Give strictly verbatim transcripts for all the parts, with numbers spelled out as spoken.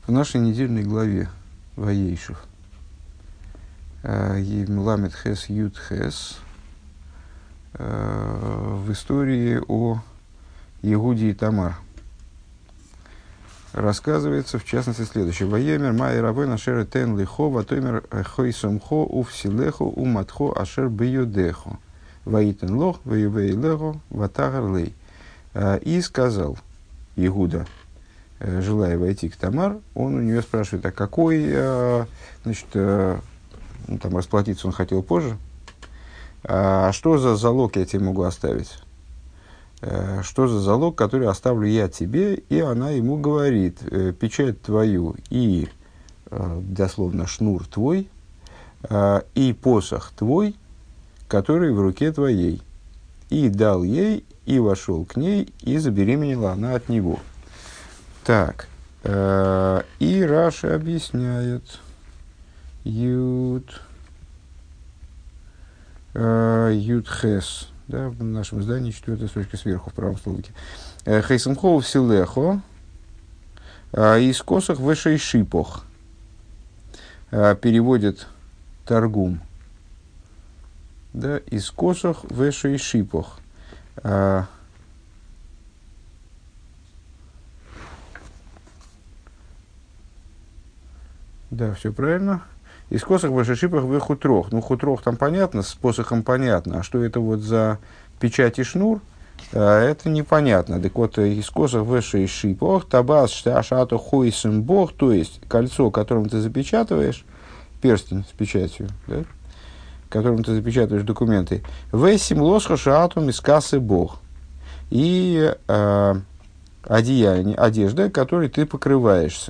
В нашей недельной главе Ваейшев Ламет Хес Ют Хес в истории о Егуде и Тамар рассказывается, в частности, следующее. Ваемер май равен ашер тен лихо ватомер хойсомхо увсилехо уматхо ашер бьюдехо ваитен лох ваювейлехо ватагар лей. И сказал Егуда, желая войти к Тамар, он у нее спрашивает, а какой, значит, ну, там расплатиться он хотел позже, а что за залог я тебе могу оставить? Что за залог, который оставлю я тебе? И она ему говорит, печать твою и, дословно, шнур твой, и посох твой, который в руке твоей. И дал ей, и вошел к ней, и забеременела она от него. Так, э, и Раши объясняет, Юд, э, Юд Хес, да, в нашем издании четвертая строчка сверху в правом столбике. Хейсамхов силехо, из косах вешей шипох, переводит Таргум, да, из косах вешей шипох. Да, все правильно. Из косах в шипах в хутрох. Ну, хутрох там понятно, с посохом понятно. А что это вот за печать и шнур, а, это непонятно. Так вот, из косах в шипах, табас шаато хойсим бог, то есть кольцо, которым ты запечатываешь, перстень с печатью, да, которым ты запечатываешь документы, весим лосха шаато мискасы бог. И а, одеяние, одежда, которой ты покрываешься.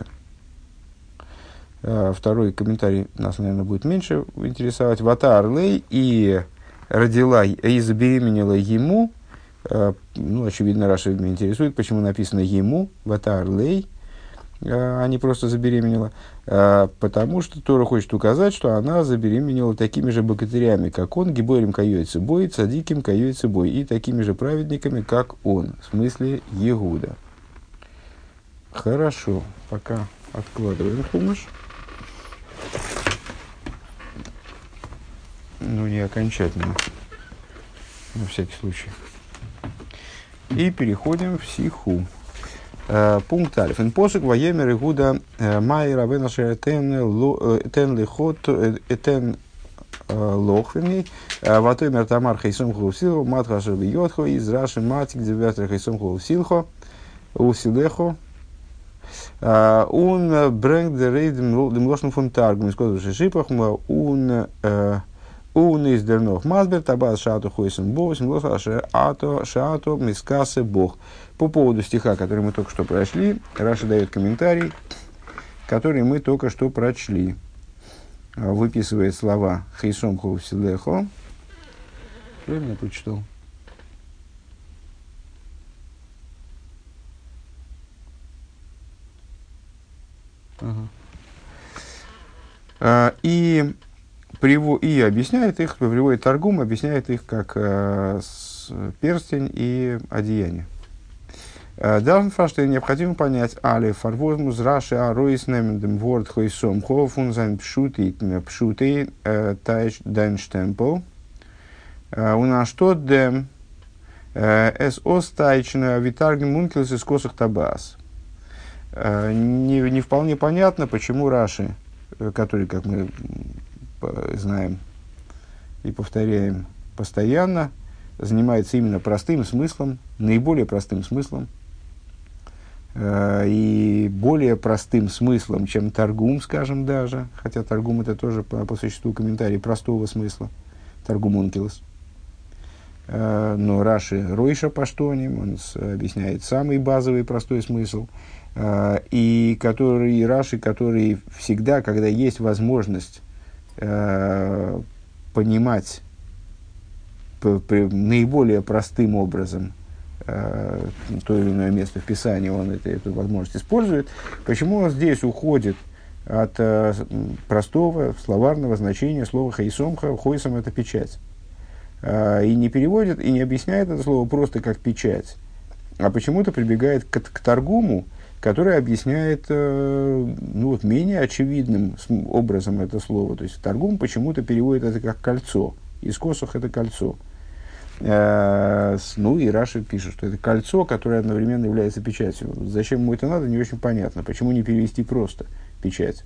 Второй комментарий нас, наверное, будет меньше интересовать. Вата Орлей и родила, и забеременела ему. Ну, очевидно, Раша меня интересует, почему написано ему, Вата Орлей, а не просто забеременела. Потому что Тора хочет указать, что она забеременела такими же богатырями, как он, Гиборем каюется бой, Цадиким каюется бой, и такими же праведниками, как он, в смысле Егуда. Хорошо, пока откладываем хумаш. Ну, не окончательно, на всякий случай. И переходим в Сиху. Uh, пункт Альф. Ин посук ваемер Егуда май равен ашер тен лихот тен лох, вернее, ватомер Тамар хейсом хулсилхо матха ашер бьётхо из Раши матик девятер хейсом хулсилхо усилехо. Он брэнгт рейдем лошен фон Таргум из кодовых шипах, он он из дернов мазбер табас шаату хойсен бог, симлоса шаато шаато мискасы бог. По поводу стиха, который мы только что прошли, Раша дает комментарий, который мы только что прочли. Выписывает слова хейсом ховсилехо. Правильно я прочитал? Ага. А, и, приво, и объясняет их, приводит Таргум, объясняет их как а, с, перстень и одеяние. Даже что необходимо понять, али фарвозмус раши ароис немендем ворд хойсом хофун зайн пшутей пшутей тайш дайнштемпл. У нас что дем эс остайчно витаргем мункелс из косах табас. Не, не вполне понятно, почему Раши, который, как мы знаем и повторяем постоянно, занимается именно простым смыслом, наиболее простым смыслом, э, и более простым смыслом, чем Таргум, скажем, даже, хотя Таргум это тоже по, по существу комментарий простого смысла, Таргум Ункилос. Э, но Раши Ройша Паштоним, он с, объясняет самый базовый простой смысл, и который, Раши, который всегда, когда есть возможность э, понимать по, по, наиболее простым образом э, то или иное место в Писании, он это, эту возможность использует. Почему он здесь уходит от э, простого словарного значения слова «хайсомха»? «Хойсом» — это печать. Э, и не переводит, и не объясняет это слово просто как печать, а почему-то прибегает к, к Таргуму, который объясняет э, ну, вот, менее очевидным образом это слово. То есть Таргум почему-то переводит это как кольцо. Из косах это кольцо. Э, ну и Раши пишет, что это кольцо, которое одновременно является печатью. Зачем ему это надо, не очень понятно. Почему не перевести просто печать?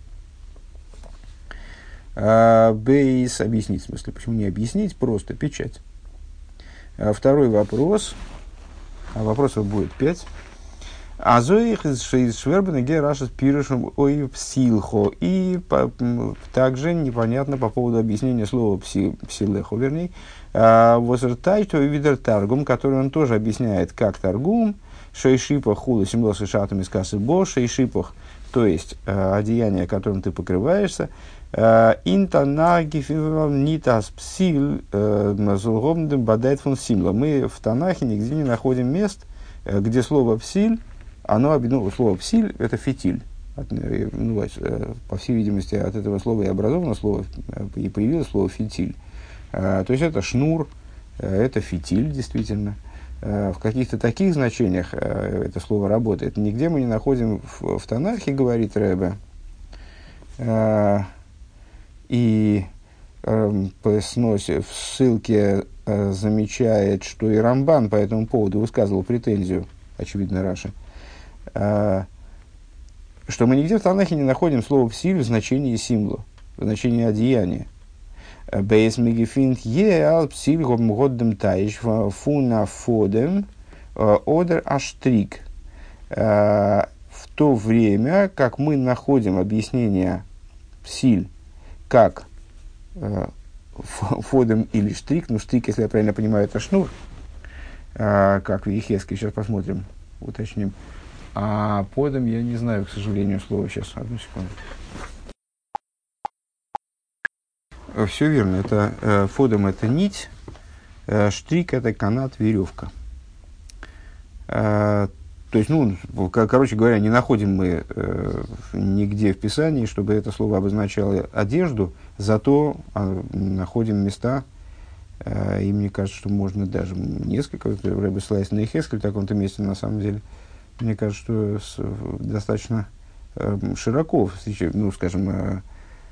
Э, Бейс объяснить, в смысле, почему не объяснить, просто печать. Э, второй вопрос. А вопросов будет пять. Азоих из Швербена ге Раши с пирушем ой псилхо. И по, также непонятно по поводу объяснения слова пси, псилехо, вернее. Возертай, то и видер таргум, который он тоже объясняет как таргум. Шейшипах хула симлос и шатам из касы бо. Шейшипах, то есть одеяние, которым ты покрываешься. Интанаги нитас псил зулгомдем бадает фун симла. Мы в Танахе нигде не находим мест, где слово псиль, оно, ну, слово псиль это фитиль. От, ну, по всей видимости, от этого слова и образовано слово, и появилось слово фитиль. То есть это шнур, это фитиль, действительно. В каких-то таких значениях это слово работает. Нигде мы не находим в, в Танахе, говорит Ребе. И э, по сносе, в ссылке э, замечает, что и Рамбан по этому поводу высказывал претензию, очевидно, Раши, э, что мы нигде в Танахе не находим слово «псиль» в значении символа, в значении одеяния. «Бейс мегефинт е ал псиль годдем таиш фуна фодем одер аштрик». В то время, как мы находим объяснение «псиль» как э, фодем или штрик, ну штрик, если я правильно понимаю, это шнур, э, как в Ехеске, сейчас посмотрим, уточним. А подом я не знаю, к сожалению, слова. Сейчас, одну секунду. Все верно, это э, фодом это нить, э, штрик это канат, веревка. Э, То есть, ну, короче говоря, не находим мы э, нигде в Писании, чтобы это слово обозначало одежду, зато э, находим места, э, и мне кажется, что можно даже несколько, Рэбе ссылается на Ехескель в таком-то месте, на самом деле, мне кажется, что с, достаточно э, широко, ну, скажем, э,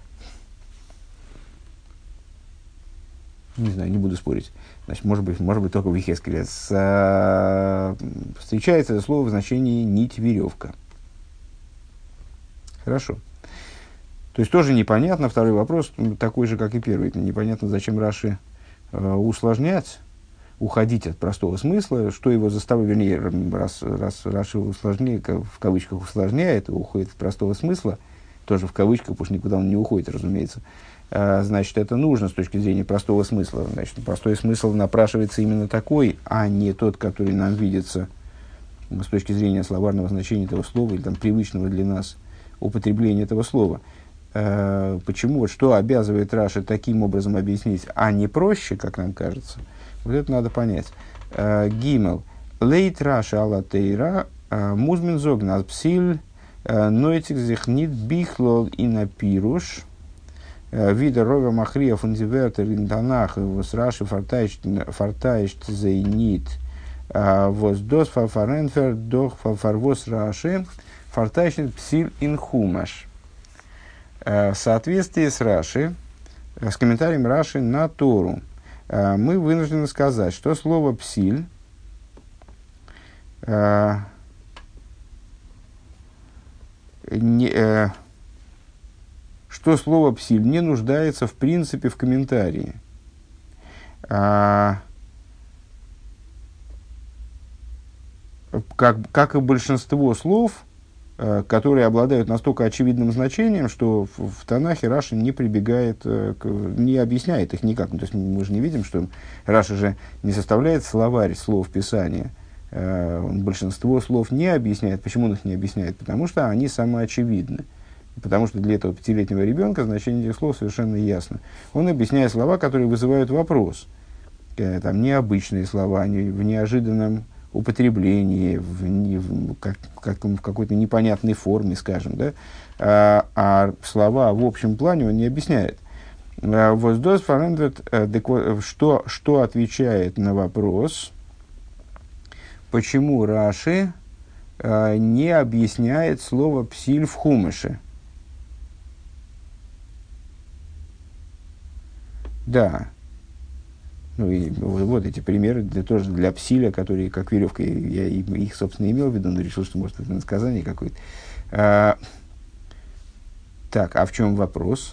не знаю, не буду спорить. Значит, может быть, может быть только в Ехескеле. С, а, встречается это слово в значении нить, веревка. Хорошо. То есть тоже непонятно. Второй вопрос такой же, как и первый. Непонятно, зачем Раши а, усложнять, уходить от простого смысла, что его заставляет, вернее, раз, раз Раши усложняет, в кавычках усложняет, уходит от простого смысла, тоже в кавычках, потому что никуда он не уходит, разумеется. Значит, это нужно с точки зрения простого смысла. Значит, простой смысл напрашивается именно такой, а не тот, который нам видится с точки зрения словарного значения этого слова или там, привычного для нас употребления этого слова. Почему? Вот что обязывает Раши таким образом объяснить, а не проще, как нам кажется? Вот это надо понять. Гимел. Лейт Раши алла тейра музмин зогназ псиль нойтик зихнит бихлол и напируш. Вида Рова Махрия фундивертер интанах вос Раши фартайшт зейнит вос дос фарфаренфер дох фарвос Раши фартайшт псиль инхумаш. В соответствии с Раши, с комментарием Раши на Тору, мы вынуждены сказать, что слово псиль не что слово «псиль» не нуждается в принципе в комментарии. А, как, как и большинство слов, а, которые обладают настолько очевидным значением, что в, в Танахе Раши не прибегает, а, к, не объясняет их никак. Ну, то есть мы же не видим, что Раши же не составляет словарь слов Писания. А, он большинство слов не объясняет. Почему он их не объясняет? Потому что они самоочевидны. Потому что для этого пятилетнего ребенка значение этих слов совершенно ясно. Он объясняет слова, которые вызывают вопрос. Там необычные слова, не, в неожиданном употреблении, в, не, в, как, как, в какой-то непонятной форме, скажем. Да? А, а слова в общем плане он не объясняет. Воздос фарендвет, что, что отвечает на вопрос, почему Раши э, не объясняет слово «псиль» в хумыше. Да. Ну, и вот, вот эти примеры для, тоже для псиля, которые как веревка. Я их, собственно, имел в виду, но решил, что, может, это насказание какое-то. А, так, а в чем вопрос?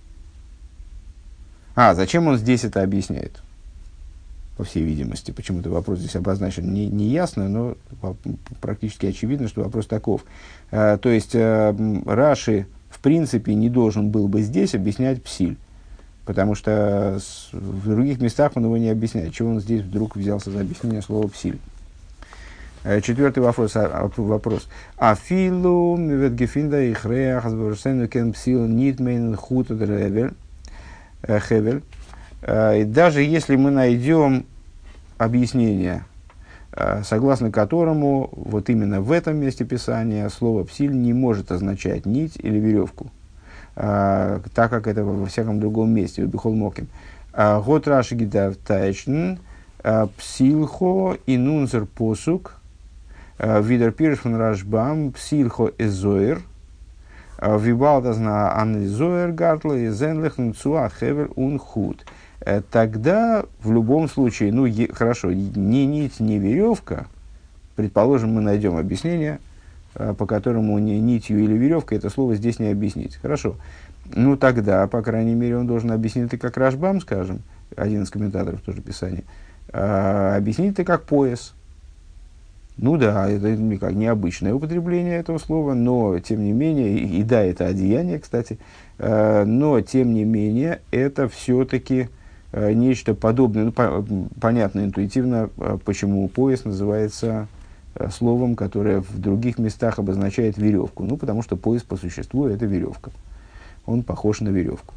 А, зачем он здесь это объясняет? По всей видимости. Почему-то вопрос здесь обозначен не, не ясно, но практически очевидно, что вопрос таков. А, то есть, а, Раши, в принципе, не должен был бы здесь объяснять псиль. Потому что в других местах он его не объясняет. Чего он здесь вдруг взялся за объяснение слова «псиль». Четвертый вопрос. вопрос. Афилу миведгефинда их реах азборсену кен псил нитмейн хута древель хевель. И даже если мы найдем объяснение, согласно которому вот именно в этом месте Писания слово «псиль» не может означать нить или веревку, Uh, так как это во всяком другом месте, в Бихол Моким. Год Раши гидав тайчн, псилхо и нунзер посук, видер пиршфун рашбам, псилхо эзоир, вибалдазна ан эзоир гартла и зенлехн цуа хевер ун худ. Тогда, в любом случае, ну, е, хорошо, ни нить, ни веревка, предположим, мы найдем объяснение, по которому ни нитью или веревкой это слово здесь не объяснить. Хорошо. Ну, тогда, по крайней мере, он должен объяснить это как Рашбам, скажем, один из комментаторов тоже Писания, а, объяснить это как пояс. Ну да, это как необычное употребление этого слова, но, тем не менее, и, и да, это одеяние, кстати, а, но, тем не менее, это все-таки а, нечто подобное, ну, по, понятно интуитивно, а, почему пояс называется словом, которое в других местах обозначает веревку. Ну, потому что пояс по существу это веревка. Он похож на веревку.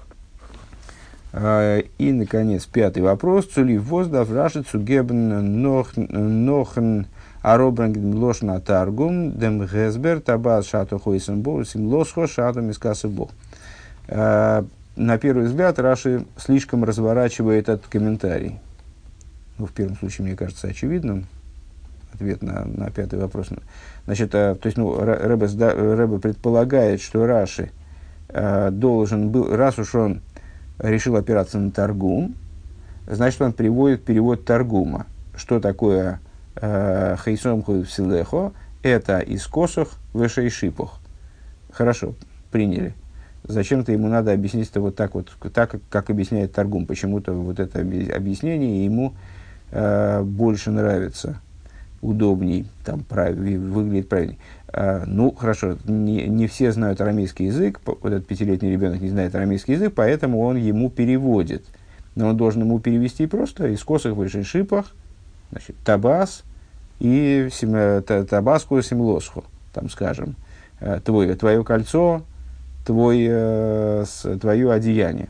И, наконец, пятый вопрос. Цулив воздав рашит сугебн нохн аробрангн лошна таргум дем гезбер табаз шату хойсен бог сим лосхо шату мискасы бог. На первый взгляд Раши слишком разворачивает этот комментарий. Ну, в первом случае, мне кажется, очевидным. Ответ на, на пятый вопрос. Значит, а, то есть, ну, Ребе, Ребе предполагает, что Раши а, должен был, раз уж он решил опираться на Таргум, значит, он приводит перевод Таргума. Что такое Хейсом хуй вселехо? Это из косох вешей шипох. Хорошо, приняли. Зачем-то ему надо объяснить это вот так вот, так, как объясняет Таргум. Почему-то вот это объяснение ему а, больше нравится. Удобней, там, прав, выглядит правильней. А, ну, хорошо, не, не все знают арамейский язык, вот этот пятилетний ребенок не знает арамейский язык, поэтому он ему переводит. Но он должен ему перевести просто из косых в шипах, значит, табас и сим, табаску симлосху, там, скажем, твой, твое кольцо, твой, твое одеяние.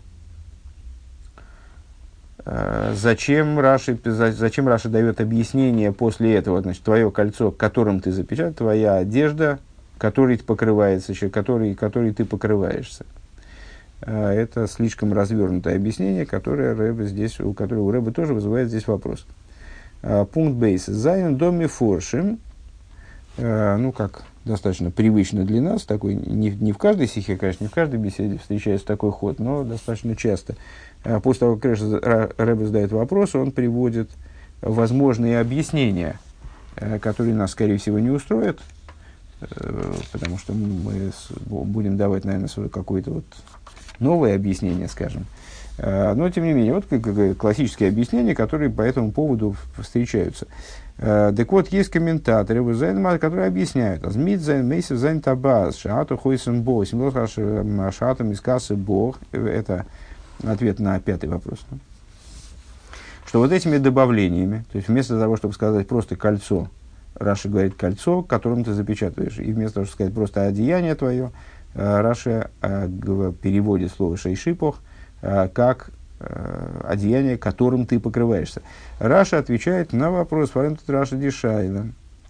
Зачем Раши, зачем Раши дает объяснение после этого? Значит, твое кольцо, которым ты запечатан, твоя одежда, которой ты покрываешься, которой, которой ты покрываешься. Это слишком развернутое объяснение, которое Ребе здесь, у которого у Ребе тоже вызывает здесь вопрос. Пункт бейс. Зайн доми форшим. Ну, как достаточно привычно для нас, такой, не, не в каждой стихе, конечно, не в каждой беседе встречается такой ход, но достаточно часто. После того, как Ребе задает вопрос, он приводит возможные объяснения, которые нас, скорее всего, не устроят, потому что мы будем давать, наверное, свое какое-то вот новое объяснение, скажем. Но, тем не менее, вот классические объяснения, которые по этому поводу встречаются. Так вот, есть комментаторы, которые объясняют. Азмит зайн мейсев зайн табаз, шаату хойсен бог, симлот шаату мискасы бог. Это ответ на пятый вопрос. Что вот этими добавлениями, то есть вместо того, чтобы сказать просто кольцо, Раши говорит кольцо, которым ты запечатываешь, и вместо того, чтобы сказать просто одеяние твое, Раши переводит слово шейшипох как одеяние, которым ты покрываешься. Раша отвечает на вопрос Фарентут Раша Дишайла.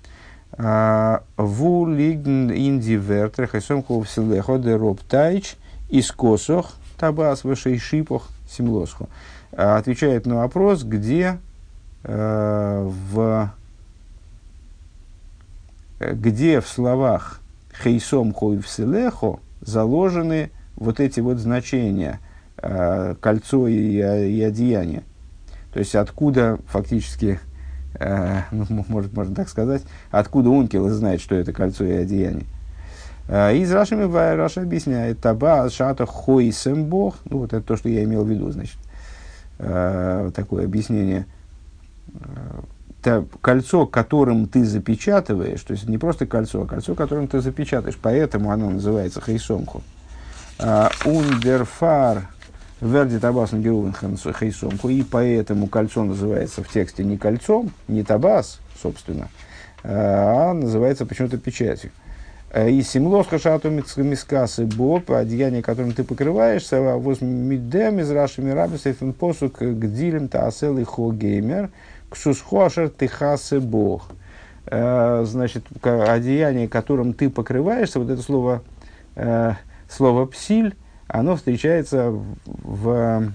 Ву лигн инди вертер хэсом хов силехо де роб тайч из косох табас вышей шипох симлосху. Отвечает на вопрос, где в где в словах «хейсом хой вселехо» заложены вот эти вот значения э, кольцо и, и одеяние. То есть откуда фактически, э, ну, может, можно так сказать, откуда Ункел знает, что это кольцо и одеяние. Э, из Рашами Раша объясняет: таба шата хойсем бог. Ну, вот это то, что я имел в виду, значит. Э, такое объяснение. Это кольцо, которым ты запечатываешь, то есть не просто кольцо, а кольцо, которым ты запечатаешь, поэтому оно называется хейсомху. Ундерфар верди табас нагерувен хейсомху, и поэтому кольцо называется в тексте не кольцом, не табас, собственно, а называется почему-то печатью. И симлос хашату мискасы боб, одеяние, которым ты покрываешься, возмидем из рашами рабисов посук гдилем таасел и хогеймер, ксусхуашер тихасе бог. Значит, одеяние, которым ты покрываешься, вот это слово, слово псиль, оно встречается в,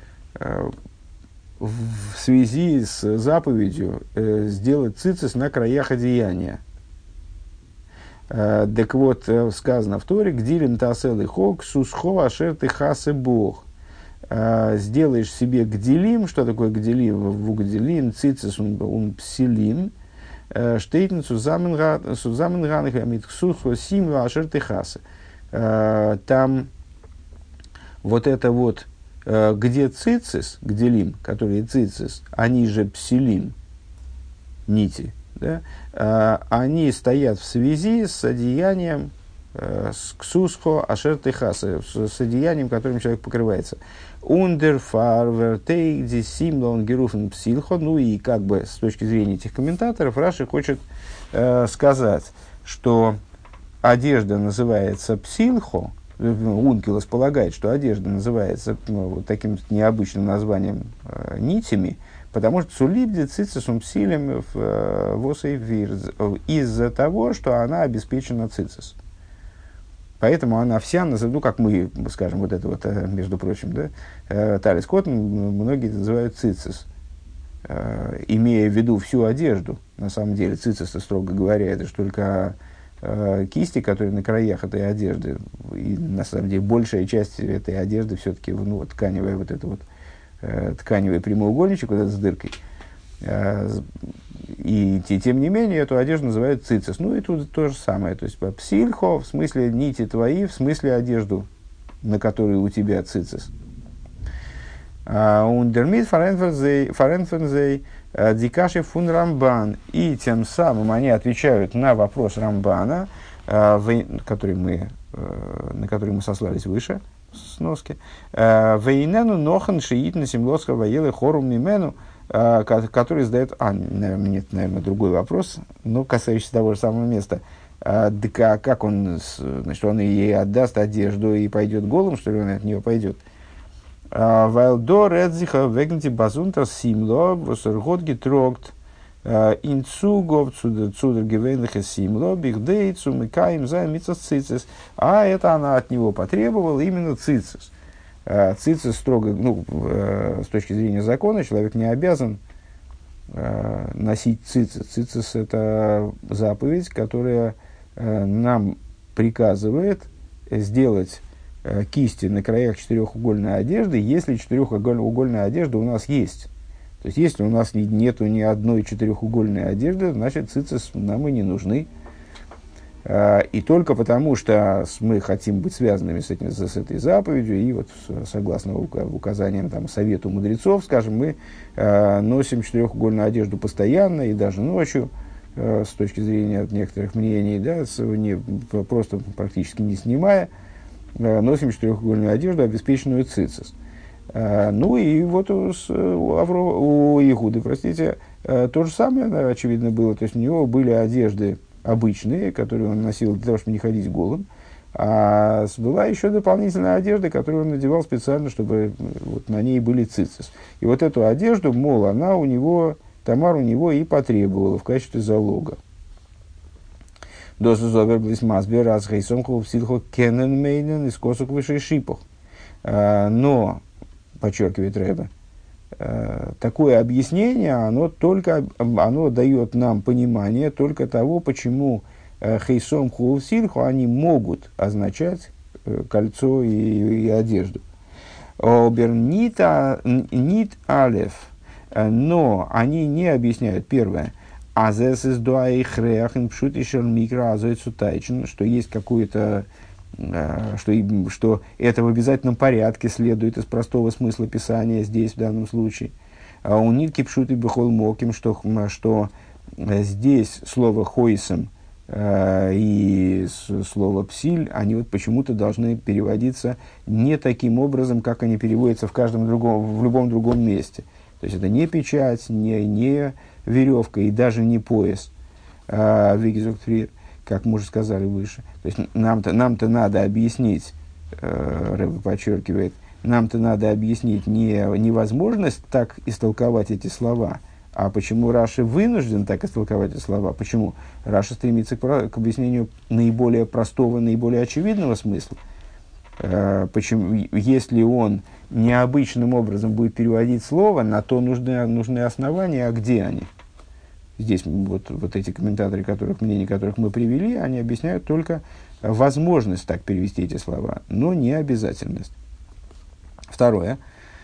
в связи с заповедью сделать цицис на краях одеяния. Так вот, сказано в Торе: «Гдилем тасел и хок, сусхо ашер тихасе бог». Сделаешь себе гделим. Что такое гделим? В гделим цицис он псилим. Штейтен сузаменганах амит сусхо симва ашер тихасе. Там вот это вот, где цицис, гделим, которые цицис, они же псилим, нити. Да, э, они стоят в связи с одеянием э, с ксусхо ашер техаса, с, с одеянием, которым человек покрывается. Ундерфар вертей дисимлон геруфен псилхо. Ну и как бы с точки зрения этих комментаторов Раши хочет э, сказать, что одежда называется псилхо. Ункилос полагает, что одежда называется ну, вот таким необычным названием э, нитями, потому что сулибди цицисум псилем восейвир, из-за того, что она обеспечена цицис. Поэтому она вся, ну, как мы скажем, вот это вот, между прочим, да, талис коттон, многие называют цицис, имея в виду всю одежду. На самом деле цицис, строго говоря, это же только кисти, которые на краях этой одежды. И на самом деле большая часть этой одежды все-таки ну, вот, тканевая вот эта вот тканевый прямоугольничек вот этот с дыркой. И, и тем не менее эту одежду называют цицис. Ну и тут то же самое. То есть псильхо в смысле нити твои, в смысле одежду, на которой у тебя цицис. Ундермит фаренфензей дикаши фун Рамбан. И тем самым они отвечают на вопрос Рамбана, который мы, на который мы сослались выше, сноски. Вейнену нохан шиит на симлосха воелы хорум мимену, который задает... А, наверное, нет, наверное, другой вопрос, но касающийся того же самого места. А, да, как он, значит, он ей отдаст одежду и пойдет голым, что ли, он от нее пойдет? Вайлдо редзиха вегнти базунтер симло восерготги трогт инцугов цудер гевейнлиха симло бигдейцу микаем займится цицис. А это она от него потребовала именно цицис. Цицис строго, ну, с точки зрения закона, человек не обязан носить цицис. Цицис – это заповедь, которая нам приказывает сделать кисти на краях четырехугольной одежды, если четырехугольная одежда у нас есть. То есть, если у нас нету ни одной четырехугольной одежды, значит, цицис нам и не нужны. И только потому, что мы хотим быть связанными с, этим, с этой заповедью, и вот согласно указаниям там, совету мудрецов, скажем, мы э, носим четырехугольную одежду постоянно и даже ночью, э, с точки зрения некоторых мнений, да, с, не, просто практически не снимая, э, носим четырехугольную одежду, обеспеченную цицис. Э, ну и вот у, у, Авро, у Иуды, простите, э, то же самое, да, очевидно, было. То есть у него были одежды обычные, которые он носил для того, чтобы не ходить голым. А была еще дополнительная одежда, которую он надевал специально, чтобы вот, на ней были цицис. И вот эту одежду, мол, она у него, Тамар у него и потребовала в качестве залога. Но, подчеркивает Ребе, э, такое объяснение, оно, только, оно дает нам понимание только того, почему э, хейсом хулсильху они могут означать э, кольцо и, и одежду. Обернит нит алеф, но они не объясняют первое. Азес из дуаихреах инпшут ишер микро азоицутайчин, что есть какое-то, что, что это в обязательном порядке следует из простого смысла писания здесь, в данном случае. А у нитки пшут и бихол моким, что, что здесь слово хойсом и слово псиль, они вот почему-то должны переводиться не таким образом, как они переводятся в каждом другом, в любом другом месте. То есть это не печать, не, не веревка и даже не пояс, вегизоктфрир, как мы уже сказали выше. То есть нам-то, нам-то надо объяснить, Рэбе подчеркивает, нам-то надо объяснить не невозможность так истолковать эти слова, а почему Раши вынужден так истолковать эти слова? Почему? Раши стремится к, к объяснению наиболее простого, наиболее очевидного смысла. Э, почему, если он необычным образом будет переводить слово, на то нужны, нужны основания, а где они? Здесь вот, вот эти комментаторы, которых, мнений которых мы привели, они объясняют только возможность так перевести эти слова, но не обязательность. Второе.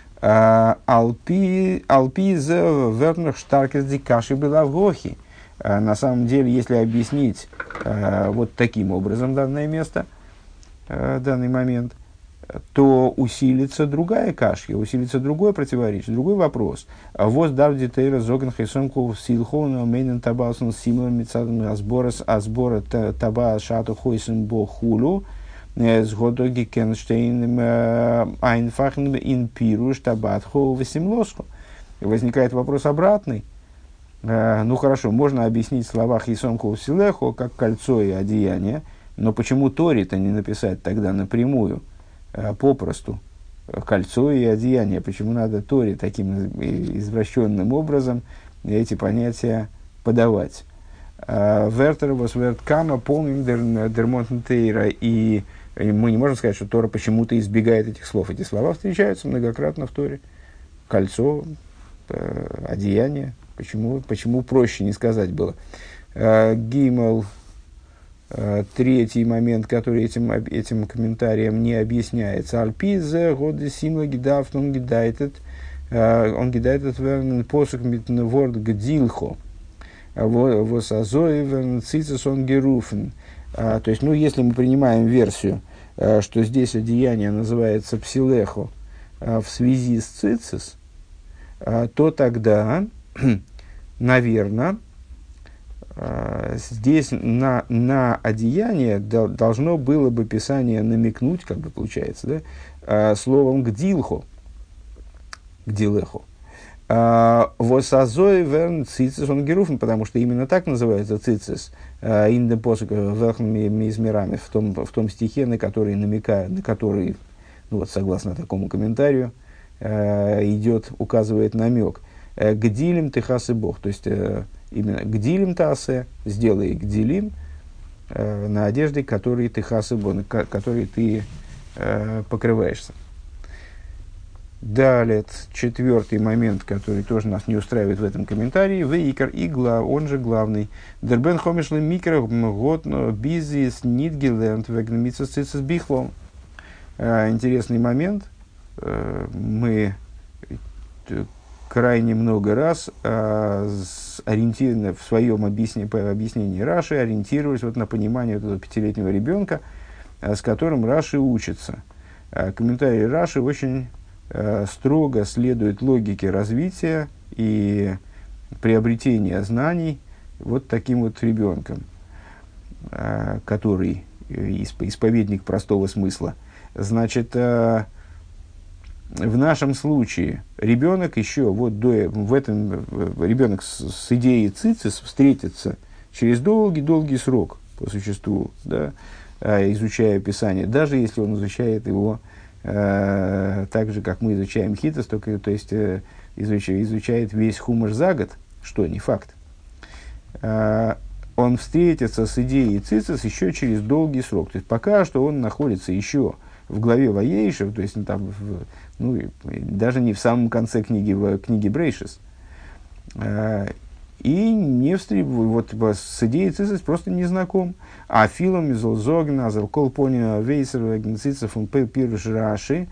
Алпи зе вернух штаркес дикаши была в гохи. На самом деле, если объяснить э, вот таким образом данное место, э, данный момент, то усилится другая кашья, усилится другое противоречие, другой вопрос. Воз давди тейра зоген хейсомков силхона мейнен табасон симон мецадом азборас азбора таба шату хойсен бо хулу с годоги кенштейн айнфахн ин пиру штабатхо восемлосху. Возникает вопрос обратный. Ну хорошо, можно объяснить в словах хейсомков силехо как кольцо и одеяние, но почему Торе-то не написать тогда напрямую? Попросту кольцо и одеяние. Почему надо Торе таким извращенным образом эти понятия подавать? Вертер восверт кама полным дермонтейра. И мы не можем сказать, что Тора почему-то избегает этих слов. Эти слова встречаются многократно в Торе. Кольцо, одеяние. Почему, почему проще не сказать было? Гимел. Третий момент, который этим, этим комментарием не объясняется. Альпизе годы симла гидафт он гидайтет, он гидайтет вернен посук mit ворд гдилхо, восазой вернен цицис он геруфен. То есть, ну, если мы принимаем версию, что здесь одеяние называется псилехо в связи с цицис, то тогда, наверное, здесь на, на одеяние должно было бы Писание намекнуть, как бы получается, да, словом «гдилхо», «гдилехо». «Восазой верн цицис он геруфен», потому что именно так называется цицис, «индем посук верхними измерами», в том, в том стихе, на который намекает, на который, ну вот согласно такому комментарию, идет, указывает намек. «Гдилем техасы Бог», то есть именно гдилим тасе, сделай гдилим э, на одежде, которой ты хасыбон, которой ты э, покрываешься. Далее, четвертый момент, который тоже нас не устраивает в этом комментарии, вейкар игла, он же главный. Дербен хомишлы микро год бизнес нидгелент вегнемица цицис бихлом. Интересный момент. Э, мы крайне много раз э, ориентированы в своем объяснении, по объяснении Раши, ориентировались вот на понимание вот этого пятилетнего ребенка, э, с которым Раши учится. Э, комментарий Раши очень э, строго следует логике развития и приобретения знаний вот таким вот ребенком, э, который исповедник простого смысла. Значит, э, в нашем случае ребенок еще вот до, в этом ребенок с, с идеей цицис встретится через долгий-долгий срок по существу, да, изучая Писание, даже если он изучает его э, так же, как мы изучаем хитос, только, то есть э, изучает, изучает весь хумаш за год, что не факт. Э, он встретится с идеей цицис еще через долгий срок. То есть пока что он находится еще в главе Ваейшев, то есть ну, там, в, ну, даже не в самом конце книги, в книге Брейшис, э, и не встребую, вот с идеей цицис просто не знаком. А филом из Олзогна, Азалкол Пони Вейсер, Гнцицев, Пируш Раши,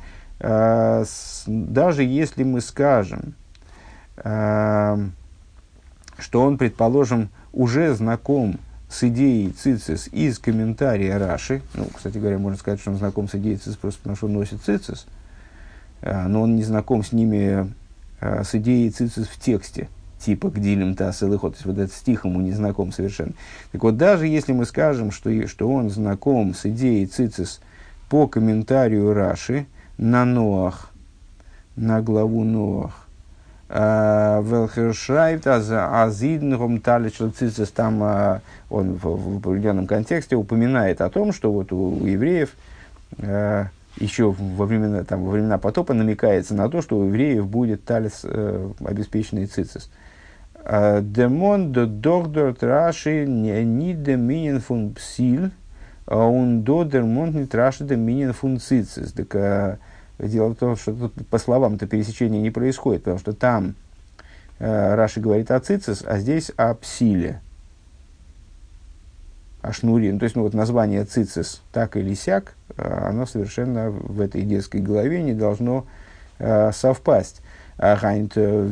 даже если мы скажем, что он, предположим, уже знаком с идеей цицис из комментария Раши, ну, кстати говоря, можно сказать, что он знаком с идеей цицис просто потому, что он носит цицис, но он не знаком с ними, с идеей цицис в тексте, типа «Гдилем тас элыхот», то есть вот этот стих ему не знаком совершенно. Так вот, даже если мы скажем, что, что он знаком с идеей цицис по комментарию Раши на Ноах, на главу Ноах, Велхершрайбт азиднгом таличл цицис, там он в, в определенном контексте упоминает о том, что вот у, у евреев э, еще во времена, там, во времена потопа намекается на то, что у евреев будет талис, э, обеспеченный цицис. Демон до дордорт раши не доминин фун псиль, а он до дермонт не раши доминин фун цицис. Так дело в том, что тут по словам-то пересечения не происходит, потому что там э, Раши говорит о цицис, а здесь о псиле, о шнуре. Ну, то есть, ну, вот название цицис так или сяк, э, оно совершенно в этой детской голове не должно э, совпасть. Каким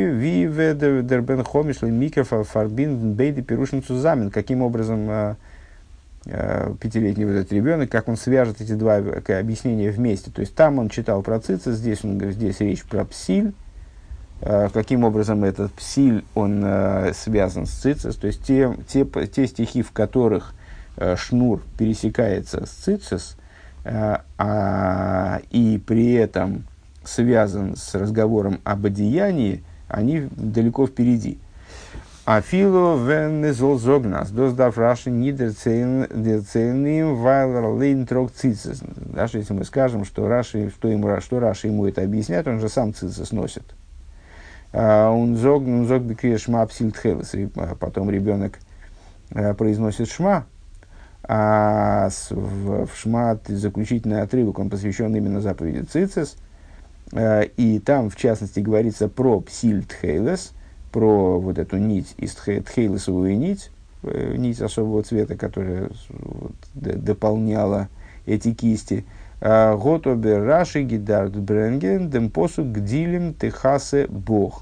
образом э, э, пятилетний вот этот ребенок, как он свяжет эти два объяснения вместе. То есть там он читал про цицис, здесь, он, здесь речь про псиль. Э, каким образом этот псиль он э, связан с цицис. То есть те, те, те стихи, в которых э, шнур пересекается с цицис, э, а, и при этом связан с разговором об одеянии, они далеко впереди. А фило венезол зогнас, доздав раши нидерцейним вайлер лейн трок цицис. Даже если мы скажем, что Раши, что, ему, что Раши ему это объясняет, он же сам цицис носит. Он зог бекрия шма псиль тхелес, и потом ребенок произносит шма, а в шма заключительный отрывок, он посвящен именно заповеди цицис. И там, в частности, говорится про псиль тхейлес, про вот эту нить, из тхейлесовую нить, нить особого цвета, которая вот, дополняла эти кисти. Готобе раши гидард бренген демпосу гдилем техасе бог.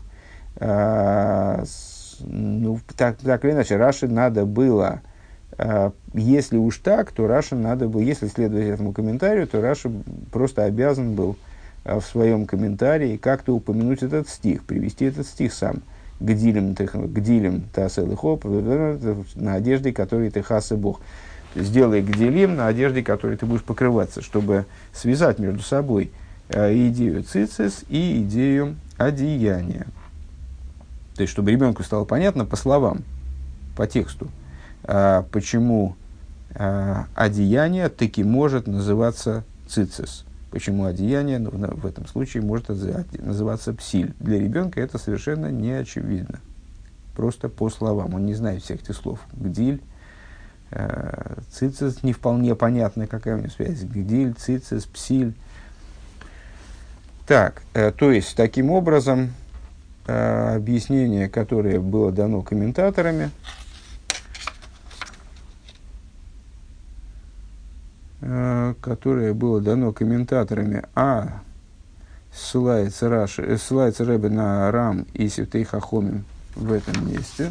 Ну, так, так или иначе, Раши надо было, если уж так, то Раши надо было, если следовать этому комментарию, то Раши просто обязан был в своем комментарии как-то упомянуть этот стих, привести этот стих сам. Гдилем тасел и хоп, на одежде, которой ты хасы бог. Сделай гдилем на одежде, которой ты будешь покрываться, чтобы связать между собой идею цицис и идею одеяния. То есть, чтобы ребенку стало понятно по словам, по тексту, почему одеяние таки может называться цицис. Почему одеяние, ну, в этом случае, может называться псиль. Для ребенка это совершенно не очевидно. Просто по словам. Он не знает всех этих слов. Гдиль, э, цицис, не вполне понятно, какая у него связь. Гдиль, цицис, псиль. Так, э, то есть, таким образом, э, объяснение, которое было дано комментаторами, которое было дано комментаторами, а ссылается, Раши, ссылается Ребе на Рам и Сифтей Хахомим в этом месте,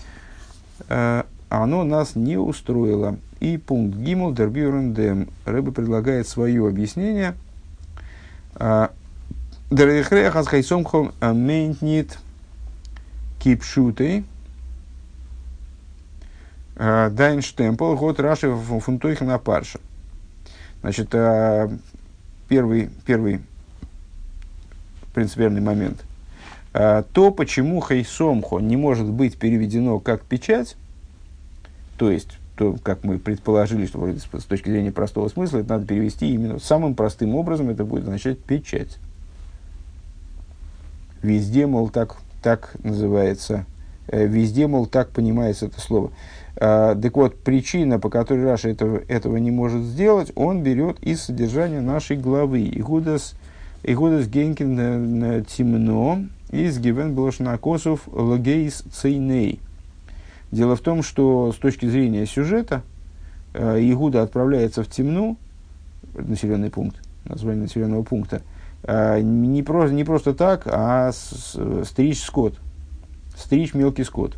оно нас не устроило. И пункт Гимл Дербюрендем. Ребе предлагает свое объяснение. Дерехреха с хайсомхом мейнтнит кипшутей дайнштемпл год Раши фунтойх на парша. Значит, первый, первый принципиальный момент. То, почему хайсомхо не может быть переведено как печать, то есть, то, как мы предположили, что с точки зрения простого смысла, это надо перевести именно самым простым образом, это будет означать печать. Везде, мол, так, так называется, везде, мол, так понимается это слово. А, так вот, причина, по которой Раша этого, этого не может сделать, он берет из содержания нашей главы. Игудас, Игудас Генкин Тимно из Гивен Блошнакосов Логейс Цейней. Дело в том, что с точки зрения сюжета Игуда отправляется в Тимну, населенный пункт, название населенного пункта, не просто, не просто так, а с, стричь скот, стричь мелкий скот.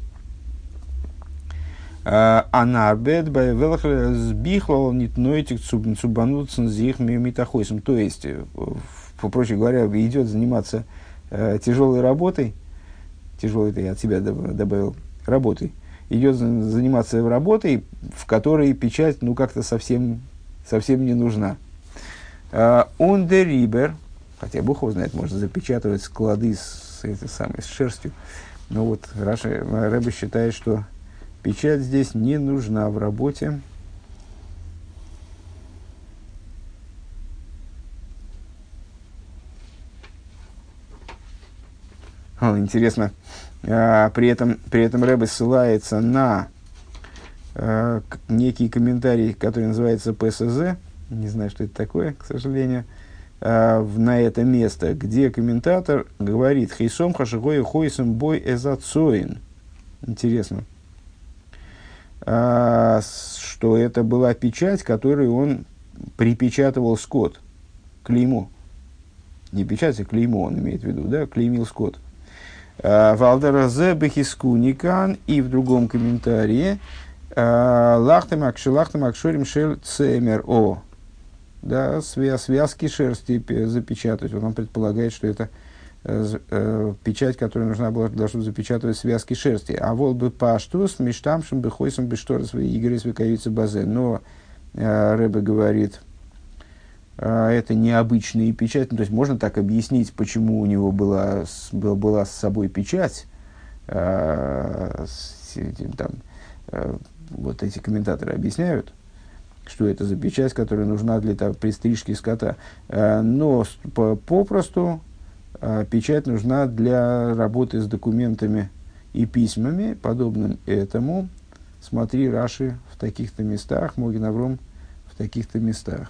Анарбет баевелах сбихлал нитнойтик цубануцен зих митахойсом. То есть, проще говоря, идет заниматься тяжелой работой, тяжелой это я от себя добавил, работой, идет заниматься работой, в которой печать, ну, как-то совсем, совсем не нужна. Он де рибер, хотя Бог его знает, можно запечатывать склады с, этой самой, с шерстью. Но вот Раша, Рэбе считает, что печать здесь не нужна в работе. О, интересно. А, при этом, при этом Рэбе ссылается на а, некий комментарий, который называется ПСЗ. Не знаю, что это такое, к сожалению. А, в, на это место, где комментатор говорит «Хейсом хашигой хойсом бой эзацоин». Интересно. А, что это была печать, которую он припечатывал скот. Клеймо. Не печать, а клеймо он имеет в виду, да? Клеймил скот. Валдеразе бехискуникан, и в другом комментарии лахтем акшелахтем акшорим шель цемер о, да, связки шерсти запечатать. Вот он предполагает, что это э, печать, которая нужна была для того, чтобы запечатывать связки шерсти. А вол бы паштус миштамшим бехойсом бешторы свои игры свекавицы базе. Но э, Рэбе говорит, это необычные печати. Ну, то есть можно так объяснить, почему у него была, была с собой печать. Там, вот эти комментаторы объясняют, что это за печать, которая нужна для того, при стрижке скота. Но попросту печать нужна для работы с документами и письмами, подобным этому. Смотри Раши в таких-то местах, Моген Авром в таких-то местах.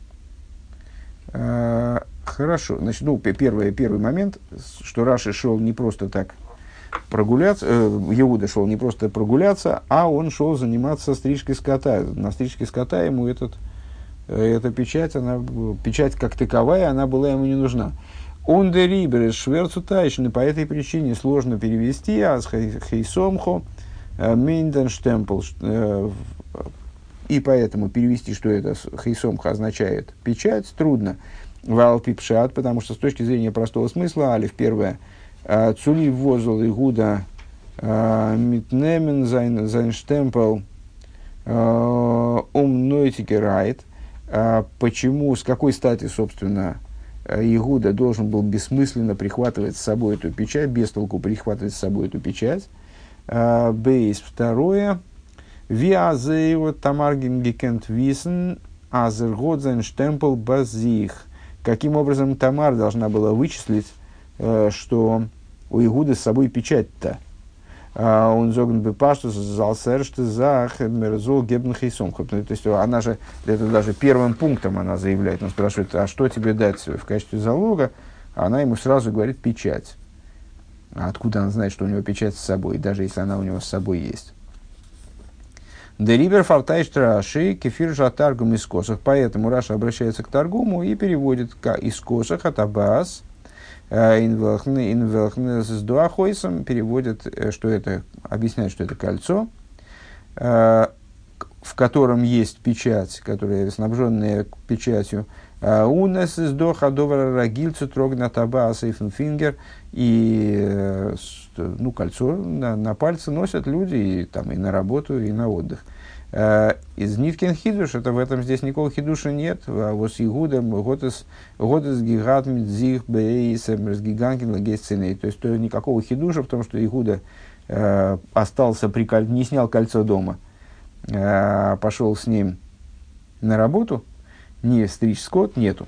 Uh, хорошо, значит, ну, первый, первый момент, что Раши шел не просто так прогуляться, э, Иуда шел не просто прогуляться, а он шел заниматься стрижкой скота. На стрижке скота ему этот, э, эта печать, она, печать как таковая, она была ему не нужна. Он де рибер шверцу тайшин, по этой причине сложно перевести, а с хейсомхо мейнденштемпл, и поэтому перевести, что это хейсомха означает печать, трудно. Валпипшат, потому что с точки зрения простого смысла, алиф первое, цули возол игуда митнемен зайнштемпл умнойтикерайт. Почему, с какой стати, собственно, Игуда должен был бессмысленно прихватывать с собой эту печать, без толку прихватывать с собой эту печать. Бейс второе. Виазеева тамаргин гекент висен азергот зайн штемпел базих. Каким образом Тамар должна была вычислить, э, что у Игуды с собой печать-то? Он зогн бы паштус залсершты зах мерзол гебн хейсомха. То есть она же, это даже первым пунктом она заявляет, он спрашивает, а что тебе дать в качестве залога? Она ему сразу говорит печать. А откуда она знает, что у него печать с собой, даже если она у него с собой есть? Дерибер фартайш Раши кефир жатаргум из косах. Поэтому Раша обращается к Таргуму и переводит из косах от Аббас инвелхне с дуахойсом, переводит, что это, объясняет, что это кольцо, в котором есть печать, которая снабженная печатью. У нас из доха довара рагильцу трогна таба сейфенфингер, и ну, кольцо на, на пальце носят люди и, там, и на работу, и на отдых. Из ниткин хидуш, это в этом здесь никакого хидуша нет. А вот с Игудом годес гигат мидзих бейсем с гиганкин лагесценей. То есть то, никакого хидуша в том, что Игуда э, остался при коль... не снял кольцо дома, э, пошел с ним на работу, не стричь скот, нету.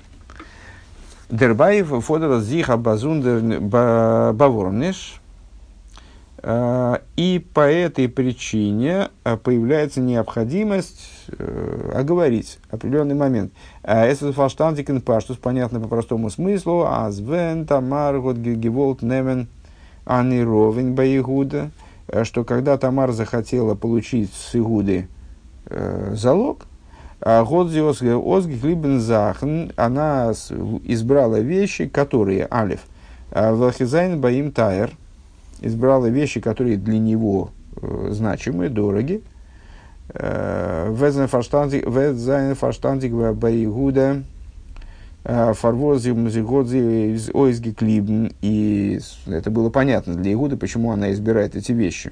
Дербаев фодор зиха базундер баворнеш. И по этой причине появляется необходимость оговорить определенный момент. Это фалштандикен паштус, понятно по простому смыслу. Азвен Тамар год геволт немен анировен баигуда, что когда Тамар захотела получить с Игуды залог, год озги хлибен захн, она избрала вещи, которые алиф вахизайн баим тайр, избрала вещи, которые для него э, значимы, дороги. Везайн фарштандик баигуда фарвозим зигодзи из ойзги клибн. И это было понятно для Игуды, почему она избирает эти вещи.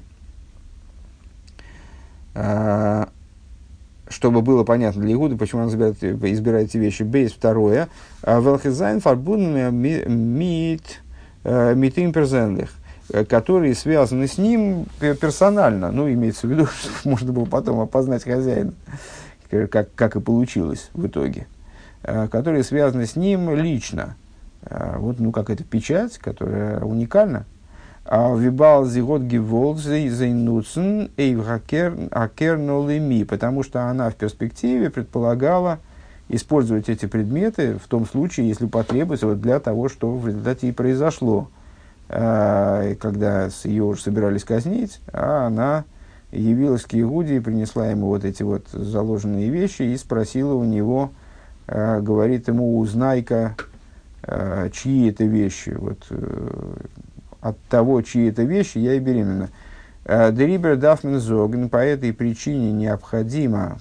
Чтобы было понятно для Игуды, почему она избирает, избирает эти вещи. Бейс второе. Велхизайн фарбун мит митим перзенлих, которые связаны с ним персонально, ну, имеется в виду, чтобы можно было потом опознать хозяина, как, как и получилось в итоге, которые связаны с ним лично. Вот, ну, как эта печать, которая уникальна. Вибал зигот гиволт зейнуцен эйвхакернолеми, потому что она в перспективе предполагала использовать эти предметы в том случае, если потребуется, вот для того, что в результате и произошло. Когда ее уже собирались казнить, а она явилась к Игуде и принесла ему вот эти вот заложенные вещи и спросила у него, говорит ему: узнай-ка, чьи это вещи. Вот, от того, чьи это вещи, я и беременна. Дерибер дафмен зоген, по этой причине необходимо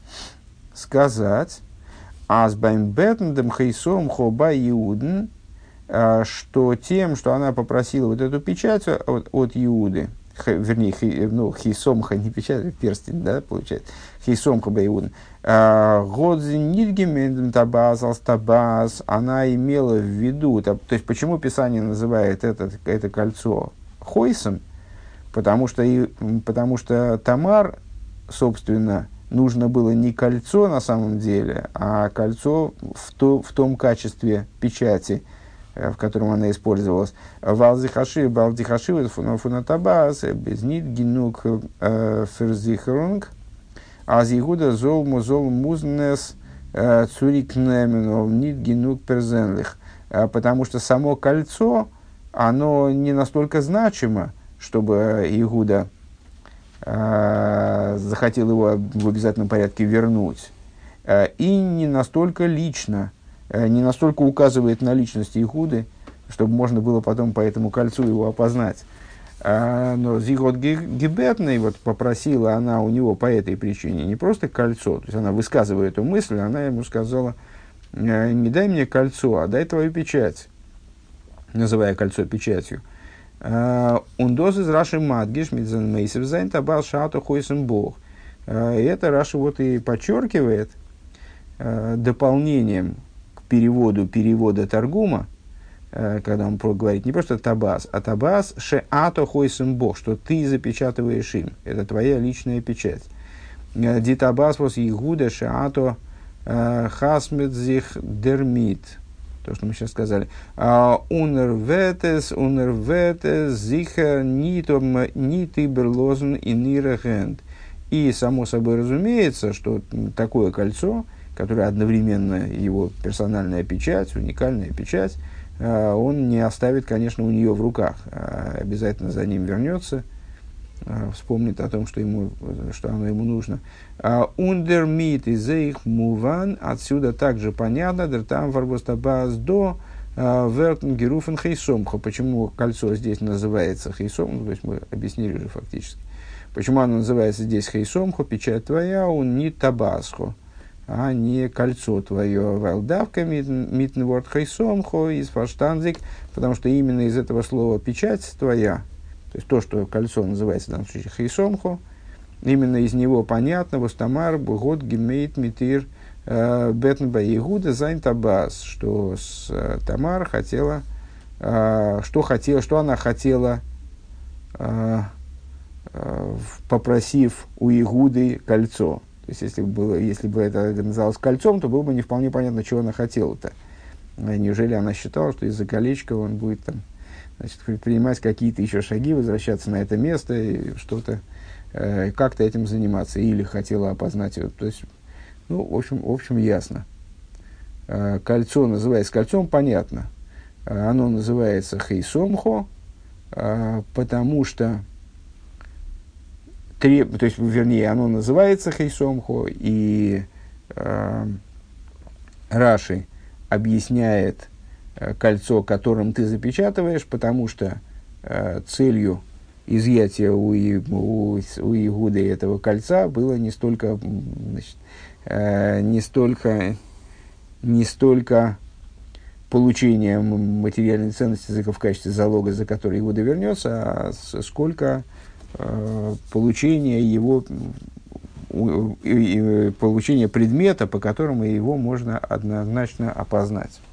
сказать: азбайм бетендем хейсом хоба иуден, что тем, что она попросила вот эту печать от, от Иуды, х, вернее, хи, ну, хейсомха, не печать, перстень, да, получается, хейсомха баиуден, годзи нидгеменден табаз алстабаз, она имела в виду, то, то есть, почему Писание называет это, это кольцо хойсом? Потому что, и, потому что Тамар, собственно, нужно было не кольцо на самом деле, а кольцо в, то, в том качестве печати, в котором она использовалась. Валзихаши, балдихаши, фунатабас, безнит, гинук, ферзихрунг, азигуда, зол, музол, музнес, цурикнеменов, нит, гинук, перзенлих. Потому что само кольцо, оно не настолько значимо, чтобы Игуда захотел его в обязательном порядке вернуть, и не настолько лично, не настолько указывает на личность Игуды, чтобы можно было потом по этому кольцу его опознать. Но Зигот Гебетный, вот попросила она у него по этой причине не просто кольцо, то есть она высказывает эту мысль, она ему сказала: не дай мне кольцо, а дай твою печать, называя кольцо печатью. Ундос из Раши Мадгиш Мидзен Мейсев Зайн Табал Шаату Хойсен Бог. Это Раши вот и подчеркивает дополнением к переводу перевода Таргума, когда он говорит не просто табас, а табас шеато хойсем бог, что ты запечатываешь им. Это твоя личная печать. Ди табас вос игуда шеато хасмедзих дермит. То, что мы сейчас сказали. Унерветес, унерветес, зихер, нитом, нитиберлозен и нирахенд. И само собой разумеется, что такое кольцо, которое одновременно его персональная печать, уникальная печать, он не оставит, конечно, у нее в руках. Обязательно за ним вернется, вспомнит о том, что, ему, что оно ему нужно. Ундермит и зейх муван, отсюда также понятно, дер там варгостабаз до вертен геруфен хейсомха. Почему кольцо здесь называется хейсом, то есть мы объяснили уже фактически. Почему оно называется здесь хейсомхо, печать твоя, он не табасхо, а не кольцо твое. Валдавка митнворд хейсомхо из фаштанзик, потому что именно из этого слова печать твоя, то есть то, что кольцо называется в данном случае хейсомхо, именно из него понятно, востамар, год, гемейт, митир, бетнба Игуда, зайн табас, что с, э, Тамар хотела, э, что хотела, что она хотела, э, э, попросив у Игуды кольцо. То есть, если бы, было, если бы это, это называлось кольцом, то было бы не вполне понятно, чего она хотела-то. Неужели она считала, что из-за колечка он будет там значит, предпринимать какие-то еще шаги, возвращаться на это место и что-то, э, как-то этим заниматься. Или хотела опознать его. То есть, ну, в общем, в общем ясно. Э, кольцо называется кольцом, понятно. Э, оно называется хейсомхо, э, потому что, треб, то есть, вернее, оно называется хейсомхо, и э, Раши объясняет кольцо, которым ты запечатываешь, потому что э, целью изъятия у, у, у Игуды этого кольца было не столько, значит, э, не столько, не столько получение материальной ценности в качестве залога, за который Игуда вернется, а сколько э, получение его, получение предмета, по которому его можно однозначно опознать.